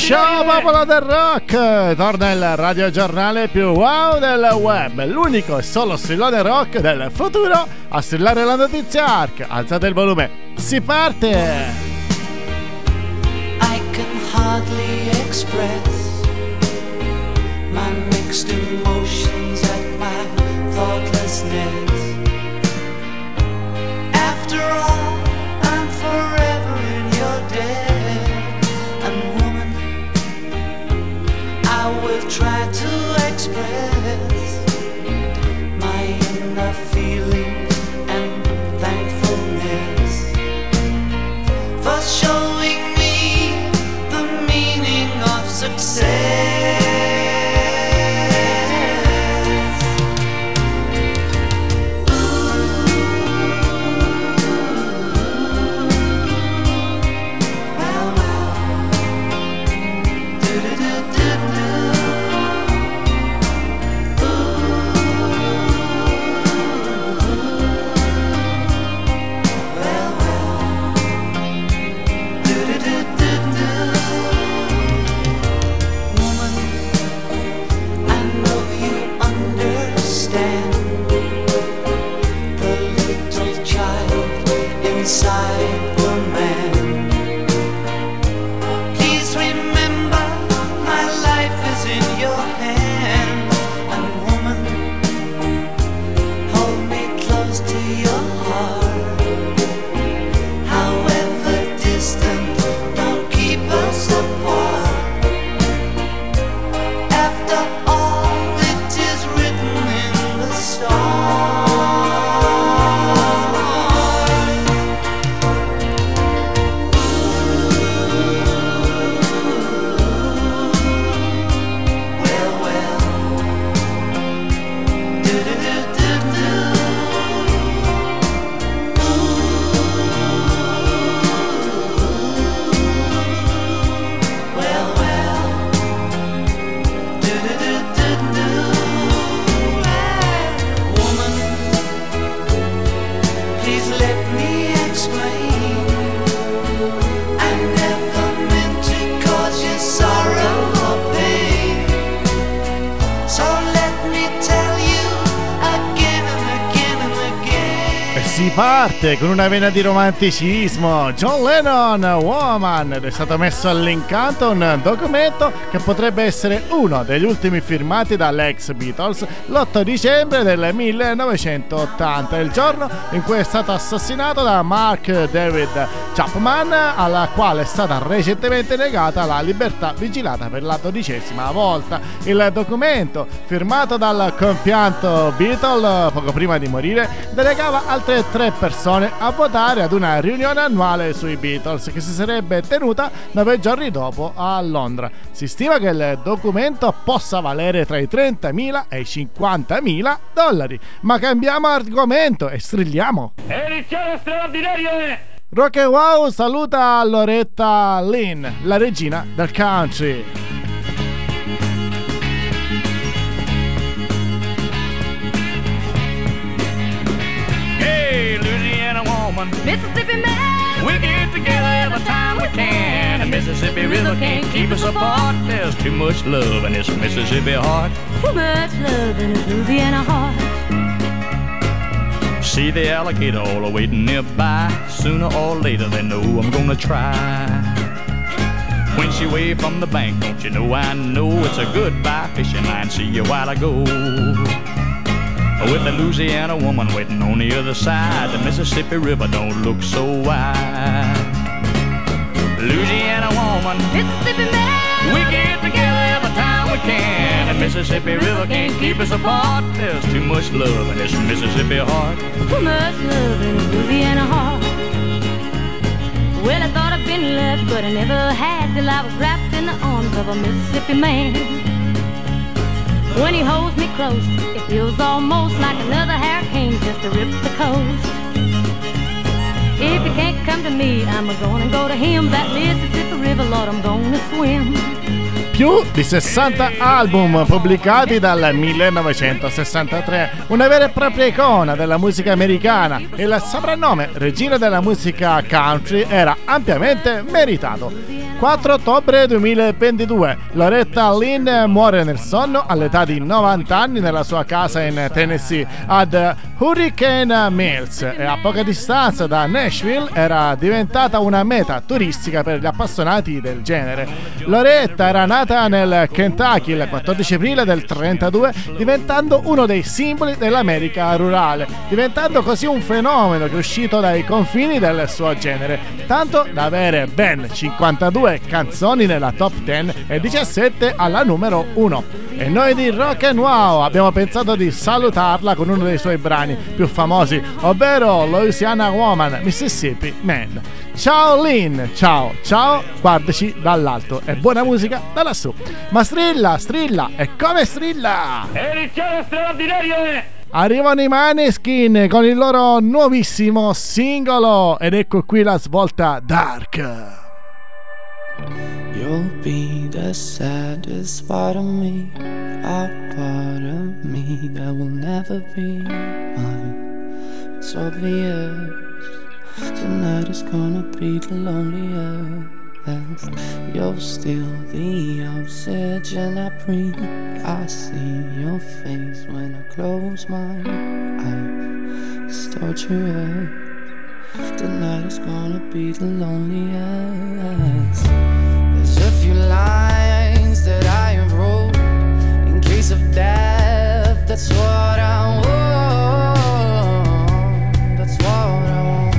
Ciao popolo del rock! Torna il radiogiornale più wow del web, l'unico e solo strillone rock del futuro a strillare la notizia ARC. Alzate il volume, si parte! I can hardly express my mixed emotions at my thoughtlessness. After all, I'm forever in your debt. I will try to express my inner feelings and thankfulness for showing me the meaning of success. Inside the man, please remember my life is in your hands. And woman, hold me close to your heart. However distant, don't keep us apart. After all, it is written in the stars. Si parte con una vena di romanticismo. John Lennon, Woman, ed è stato messo all'incanto un documento che potrebbe essere uno degli ultimi firmati dall'ex Beatles l'8 dicembre del 1980, il giorno in cui è stato assassinato da Mark David Chapman, alla quale è stata recentemente negata la libertà vigilata per la 12ª volta. Il documento, firmato dal compianto Beatle poco prima di morire, delegava altre 3 persone a votare ad una riunione annuale sui Beatles che si sarebbe tenuta 9 giorni dopo a Londra. Si stima che il documento possa valere tra i 30.000 e i 50.000 dollari. Ma cambiamo argomento e strilliamo. Edizione straordinaria! Rock and Wow saluta Loretta Lynn, la regina del country. Mississippi man, we get together every time we can. The Mississippi River can't keep us apart. There's too much love in this Mississippi heart. Too much love in this Louisiana heart. See the alligator all waiting nearby. Sooner or later they know I'm gonna try. When she waved from the bank, don't you know I know it's a goodbye fishing line. See you while I go. With the Louisiana woman waiting on the other side, the Mississippi River don't look so wide. Louisiana woman, Mississippi man, we get together every time we can. The Mississippi River can't keep us apart. There's too much love in this Mississippi heart. too much love in this Louisiana heart. Well, I thought I'd been left, but I never had till I was wrapped in the arms of a Mississippi man. When he holds me close, it feels almost like another hurricane just to rip the coast. If he can't come to me, I'm gonna go to him. That Mississippi River, Lord, I'm gonna swim. più di 60 album pubblicati dal 1963, una vera e propria icona della musica americana. Il soprannome regina della musica country era ampiamente meritato. 4 ottobre 2022, Loretta Lynn muore nel sonno all'età di 90 anni nella sua casa in Tennessee ad Hurricane Mills, e a poca distanza da Nashville era diventata una meta turistica per gli appassionati del genere. Loretta era nata nel Kentucky il 14 aprile del 32, diventando uno dei simboli dell'America rurale, diventando così un fenomeno che è uscito dai confini del suo genere, tanto da avere ben 52 canzoni nella top 10 e 17 alla numero 1. E noi di Rock and Wow abbiamo pensato di salutarla con uno dei suoi brani più famosi, ovvero Louisiana Woman, Mississippi Man. Ciao Lynn, ciao, guardaci dall'alto e buona musica da lassù. Ma strilla, e come strilla? Edizione straordinaria! Arrivano i Maneskin con il loro nuovissimo singolo ed ecco qui la svolta dark. You'll be the saddest part of me, a part of me that will never be mine. It's obvious tonight is gonna be the loneliest. You're still the oxygen I breathe. I see your face when I close my eyes. It's torturous. Tonight is gonna be the loneliest. There's a few lines that I have wrote in case of death. That's what I want. That's what I want.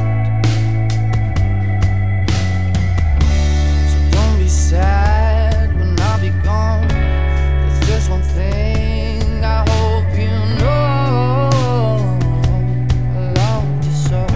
So don't be sad when I'll be gone. There's just one thing I hope you know. I love you so.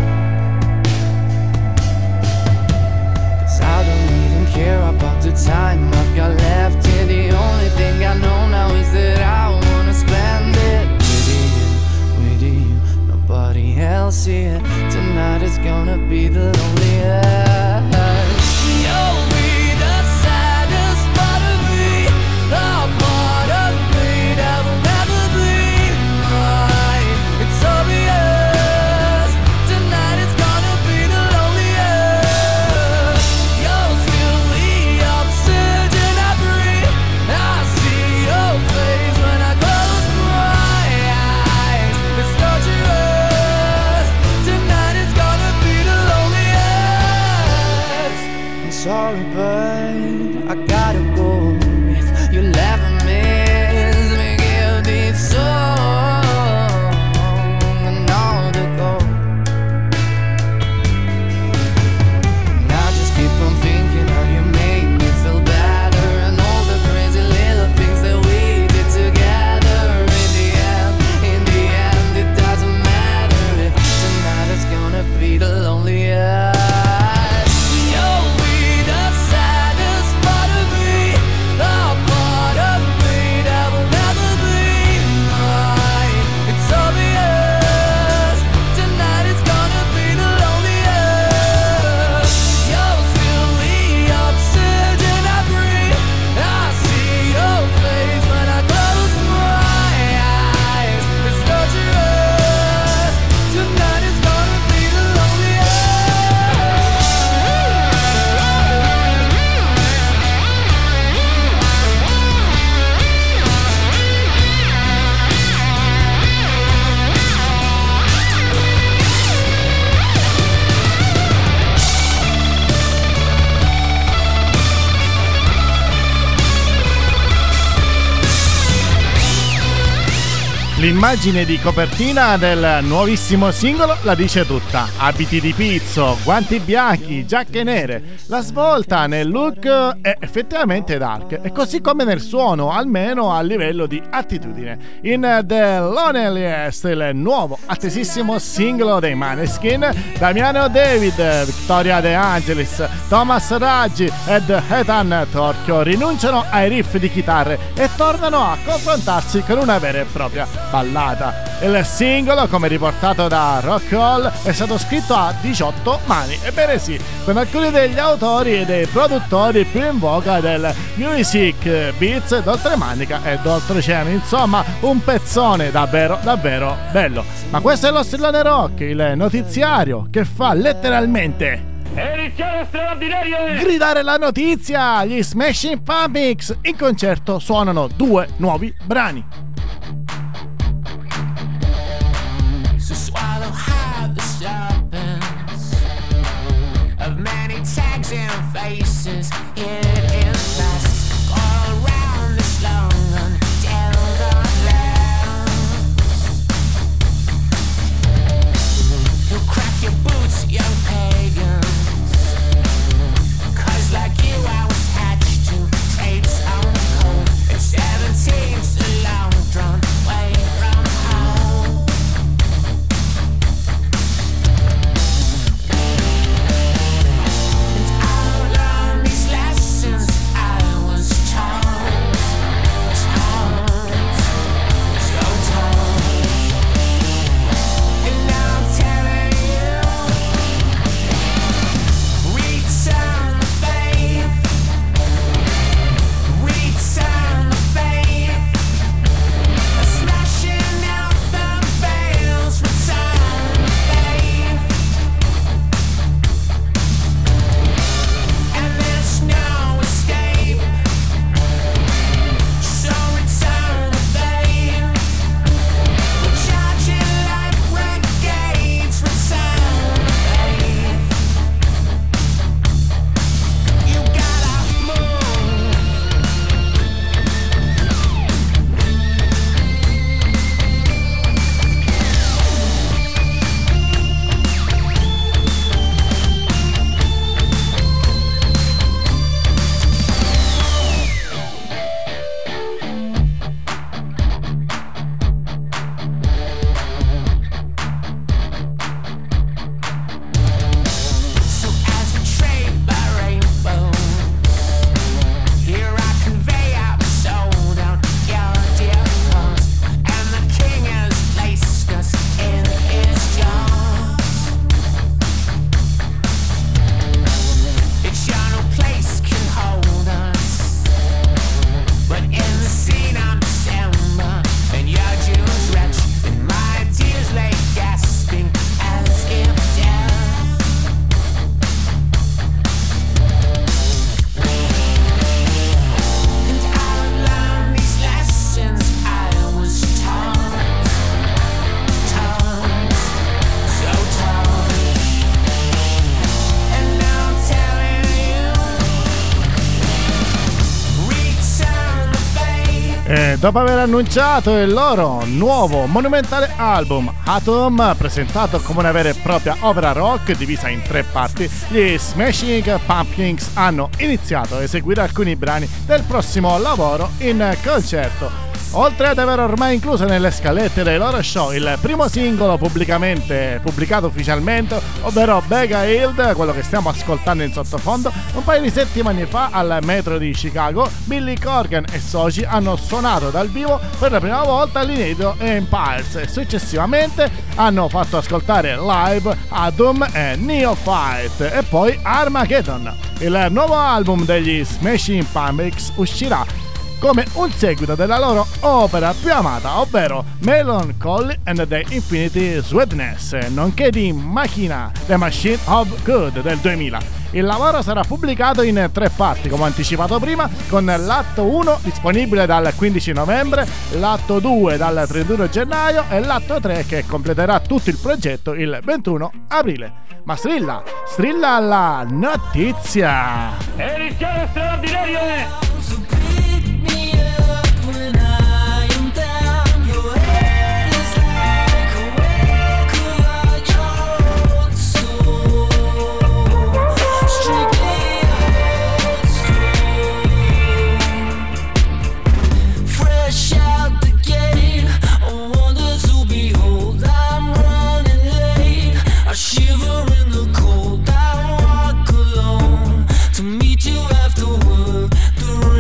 I don't even care about the time I've got left here. The only thing I know now is that I wanna spend it with you, nobody else here. Tonight is gonna be the loneliest. You'll be the saddest part of me, a part of me that will never be mine. It's obvious, tonight is gonna be the loneliest. You'll feel the oxygen I breathe. I see your face when I close my eyes. It's torturous. Tonight is gonna be the loneliest. I'm sorry, but I gotta go. If you'll ever miss me, give this song another go. And I just keep on thinking how you make me feel better, and all the crazy little things that we did together. In the end, it doesn't matter if tonight is gonna be the loneliest. You'll be the saddest part of me, a part of me that will never be mine. It's obvious, tonight is gonna be the loneliest. You'll feel the oxygen I breathe. I see your face when I close my eyes. It's torturous. Tonight is gonna be the loneliest. L'immagine di copertina del nuovissimo singolo la dice tutta: abiti di pizzo, guanti bianchi, giacche nere. La svolta nel look è effettivamente dark, e così come nel suono, almeno a livello di attitudine. In The Loneliest, il nuovo attesissimo singolo dei Maneskin, Damiano David, Victoria De Angelis, Thomas Raggi ed Ethan Torchio rinunciano ai riff di chitarre e tornano a confrontarsi con una vera e propria ballata. Il singolo, come riportato da Rock Hall, è stato scritto a 18 mani, ebbene sì, con alcuni degli autori e dei produttori più in voga del music beats d'oltremanica e d'oltreoceano. Insomma, un pezzone davvero davvero bello. Ma questo è lo Strillone Rock, il notiziario che fa letteralmente Edizione straordinaria! gridare la notizia. Gli Smashing Pumpkins in concerto suonano 2 nuovi brani. So swallow hard the serpents of many tags and faces hid in masks all around this long undealt land. You'll crack your boots, young pagans, 'cause like you I was hatched to tapes on hold at 17, so long drawn way from home. And all of these lessons I was taught, so taught. And now I'm telling you, return the faith, return the faith, smashing out the veils, return the faith, and there's no escape, so return the faith, we're charging like renegades, return the faith, you gotta move. So as we trade by rainbow, here I convey our sold out your dear cause, and the king has placed us in his jaws. It's your no place can hold us, but in the scene I'm December, and your Jews wretch, and my tears lay gasping as if death. And I learned these lessons I was taught, so taught. And now I'm telling you, return the faith. E dopo aver annunciato il loro nuovo monumentale album Atom, presentato come una vera e propria opera rock divisa in 3 parti, gli Smashing Pumpkins hanno iniziato a eseguire alcuni brani del prossimo lavoro in concerto. Oltre ad aver ormai incluso nelle scalette dei loro show il primo singolo pubblicato ufficialmente, ovvero Bega Hill, quello che stiamo ascoltando in sottofondo, un paio di settimane fa al metro di Chicago, Billy Corgan e soci hanno suonato dal vivo per la prima volta l'inedito Empires e successivamente hanno fatto ascoltare live Atom e Neophyte e poi Armageddon. Il nuovo album degli Smashing Pumpkins uscirà come un seguito della loro opera più amata, ovvero Melancholy and the Infinity Sweetness, nonché di Machina, The Machine of Good del 2000. Il lavoro sarà pubblicato in 3 parti, come anticipato prima, con l'atto 1 disponibile dal 15 novembre, l'atto 2 dal 31 gennaio e l'atto 3 che completerà tutto il progetto il 21 aprile. Ma strilla la notizia! Edizione straordinaria! So pick me up when I am down. Your head is like a wake of your old soul. Strictly old school. Fresh out the gate, a wonder to behold. I'm running late, I shiver in the cold. I walk alone to meet you after work. The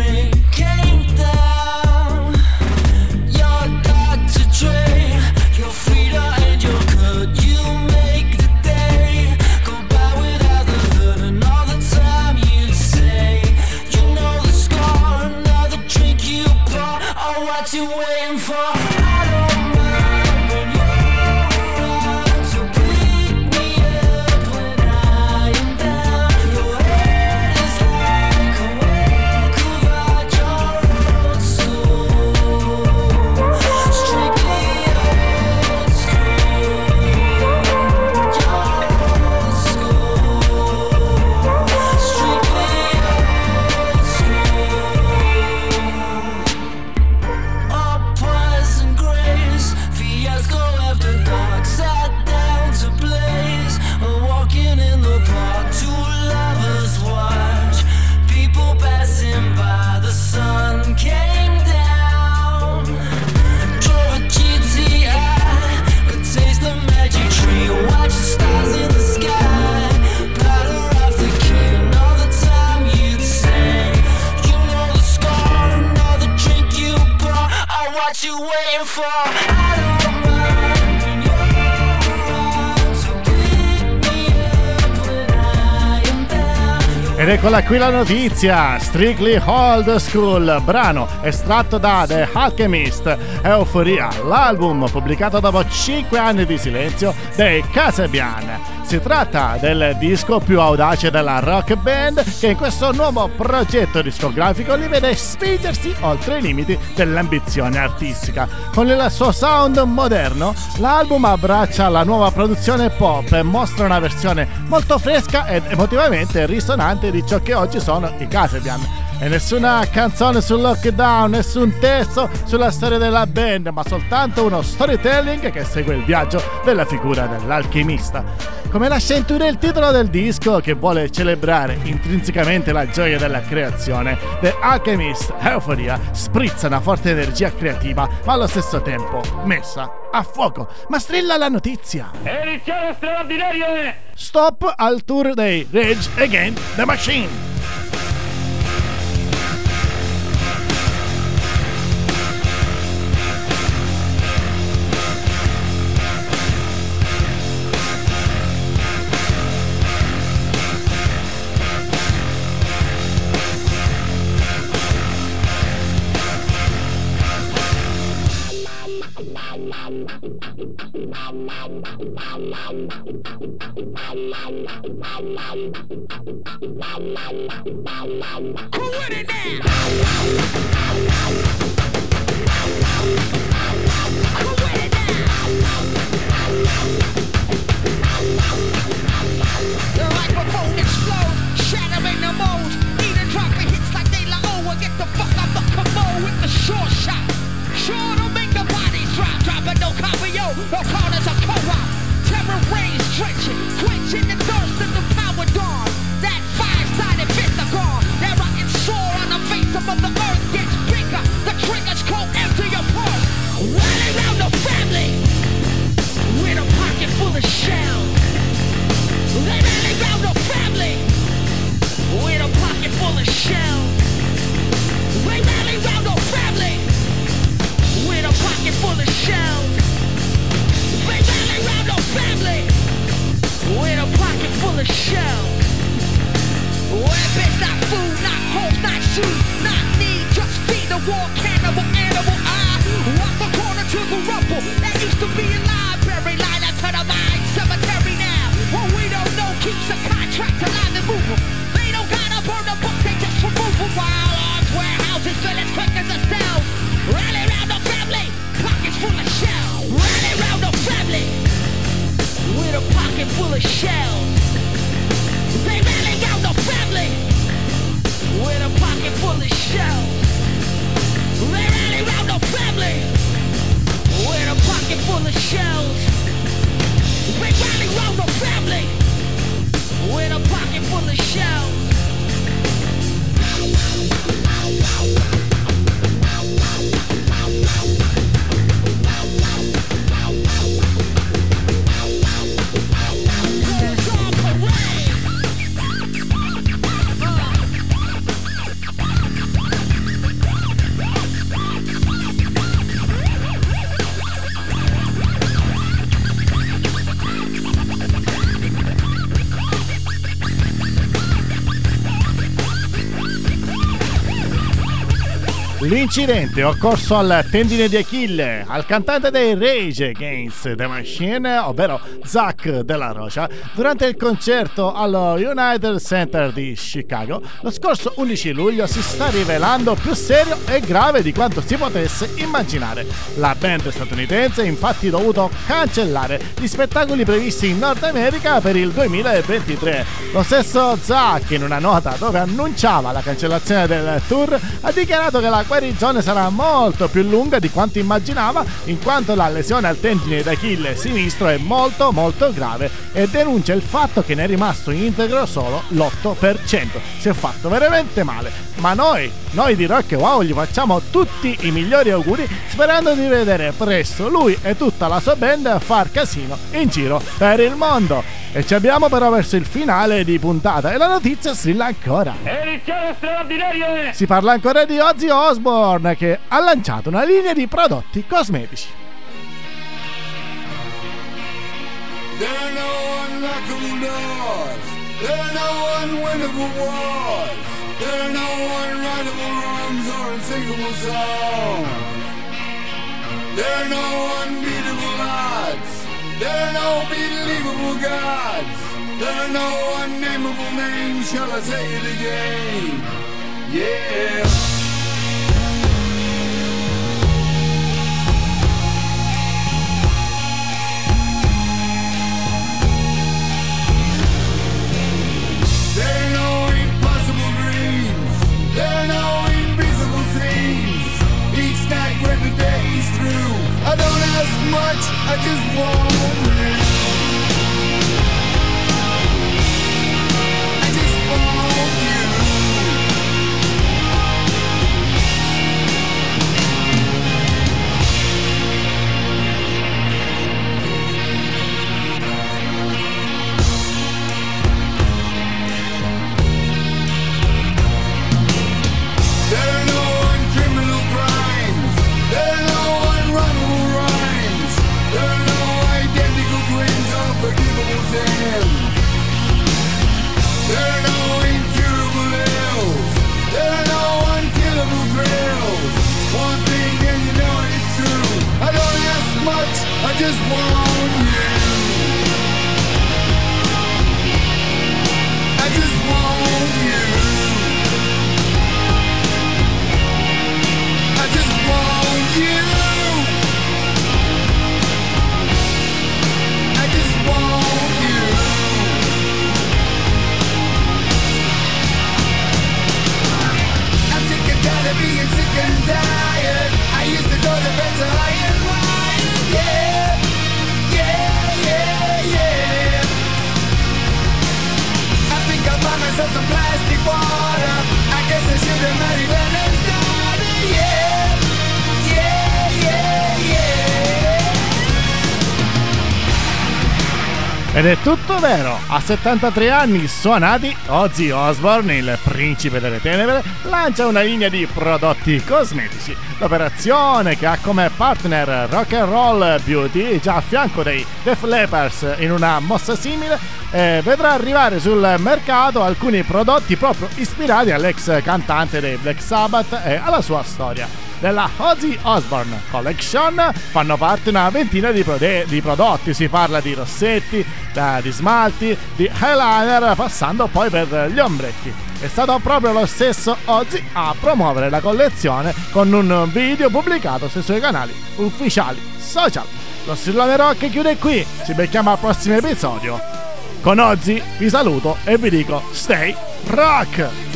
Ed eccola qui la notizia, Strictly Old School, brano estratto da The Alchemist, Euphoria, l'album pubblicato dopo 5 anni di silenzio dei Kasabian. Si tratta del disco più audace della rock band che in questo nuovo progetto discografico li vede spingersi oltre i limiti dell'ambizione artistica. Con il suo sound moderno, l'album abbraccia la nuova produzione pop e mostra una versione molto fresca ed emotivamente risonante di ciò che oggi sono i Kasabian. E nessuna canzone sul lockdown, nessun testo sulla storia della band, ma soltanto uno storytelling che segue il viaggio della figura dell'alchimista. Come lascia intuire il titolo del disco, che vuole celebrare intrinsecamente la gioia della creazione, The Alchemist Euphoria sprizza una forte energia creativa, ma allo stesso tempo messa a fuoco. Ma strilla la notizia! Edizione straordinaria! Stop al tour dei Rage Against the Machine! L'incidente occorso al tendine di Achille, al cantante dei Rage Against the Machine, ovvero Zack Della Rocha, durante il concerto allo United Center di Chicago lo scorso 11 luglio si sta rivelando più serio e grave di quanto si potesse immaginare. La band statunitense ha infatti dovuto cancellare gli spettacoli previsti in Nord America per il 2023. Lo stesso Zack, in una nota dove annunciava la cancellazione del tour, ha dichiarato che la guarigione sarà molto più lunga di quanto immaginava, in quanto la lesione al tendine d'Achille sinistro è molto grave, e denuncia il fatto che ne è rimasto integro solo l'8%. Si è fatto veramente male, ma noi di Rock Wow gli facciamo tutti i migliori auguri, sperando di vedere presto lui e tutta la sua band far casino in giro per il mondo. E ci abbiamo però verso il finale di puntata e la notizia strilla ancora. Edizione straordinaria! Si parla ancora di Ozzy Osbourne, che ha lanciato una linea di prodotti cosmetici. There are no unlockable doors. There are no unwinnable wars. There are no unrightable wrongs or unsinkable songs. There are no unbeatable odds. There are no believable gods. There are no unnameable names. Shall I say it again? Yeah. I don't ask much, I just want you. I just want you. There are no uncriminal crimes. There are no unrunnable rhymes. There are no identical twins or forgivable sins. There are no incurable ills. There are no unkillable thrills. One thing and you know it's true. I don't ask much, I just want you. I just want you. I just want you. I just want you. I'm sick and tired of being sick and tired. I used to go to bed so high and wired. Yeah, yeah, yeah, yeah. I think I'll buy myself some plastic water. I guess I should have married when I started. Yeah, yeah, yeah, yeah. Ed è tutto vero, a 73 anni suonati, Ozzy Osbourne, il principe delle tenebre, lancia una linea di prodotti cosmetici. L'operazione, che ha come partner Rock and Roll Beauty, già a fianco dei Def Leppard in una mossa simile, vedrà arrivare sul mercato alcuni prodotti proprio ispirati all'ex cantante dei Black Sabbath e alla sua storia. Della Ozzy Osbourne Collection fanno parte una ventina di prodotti, si parla di rossetti, di smalti, di eyeliner, passando poi per gli ombretti. È stato proprio lo stesso Ozzy a promuovere la collezione con un video pubblicato sui suoi canali ufficiali social. Lo Strillone Rock chiude qui, ci becchiamo al prossimo episodio. Con Ozzy vi saluto e vi dico stay rock!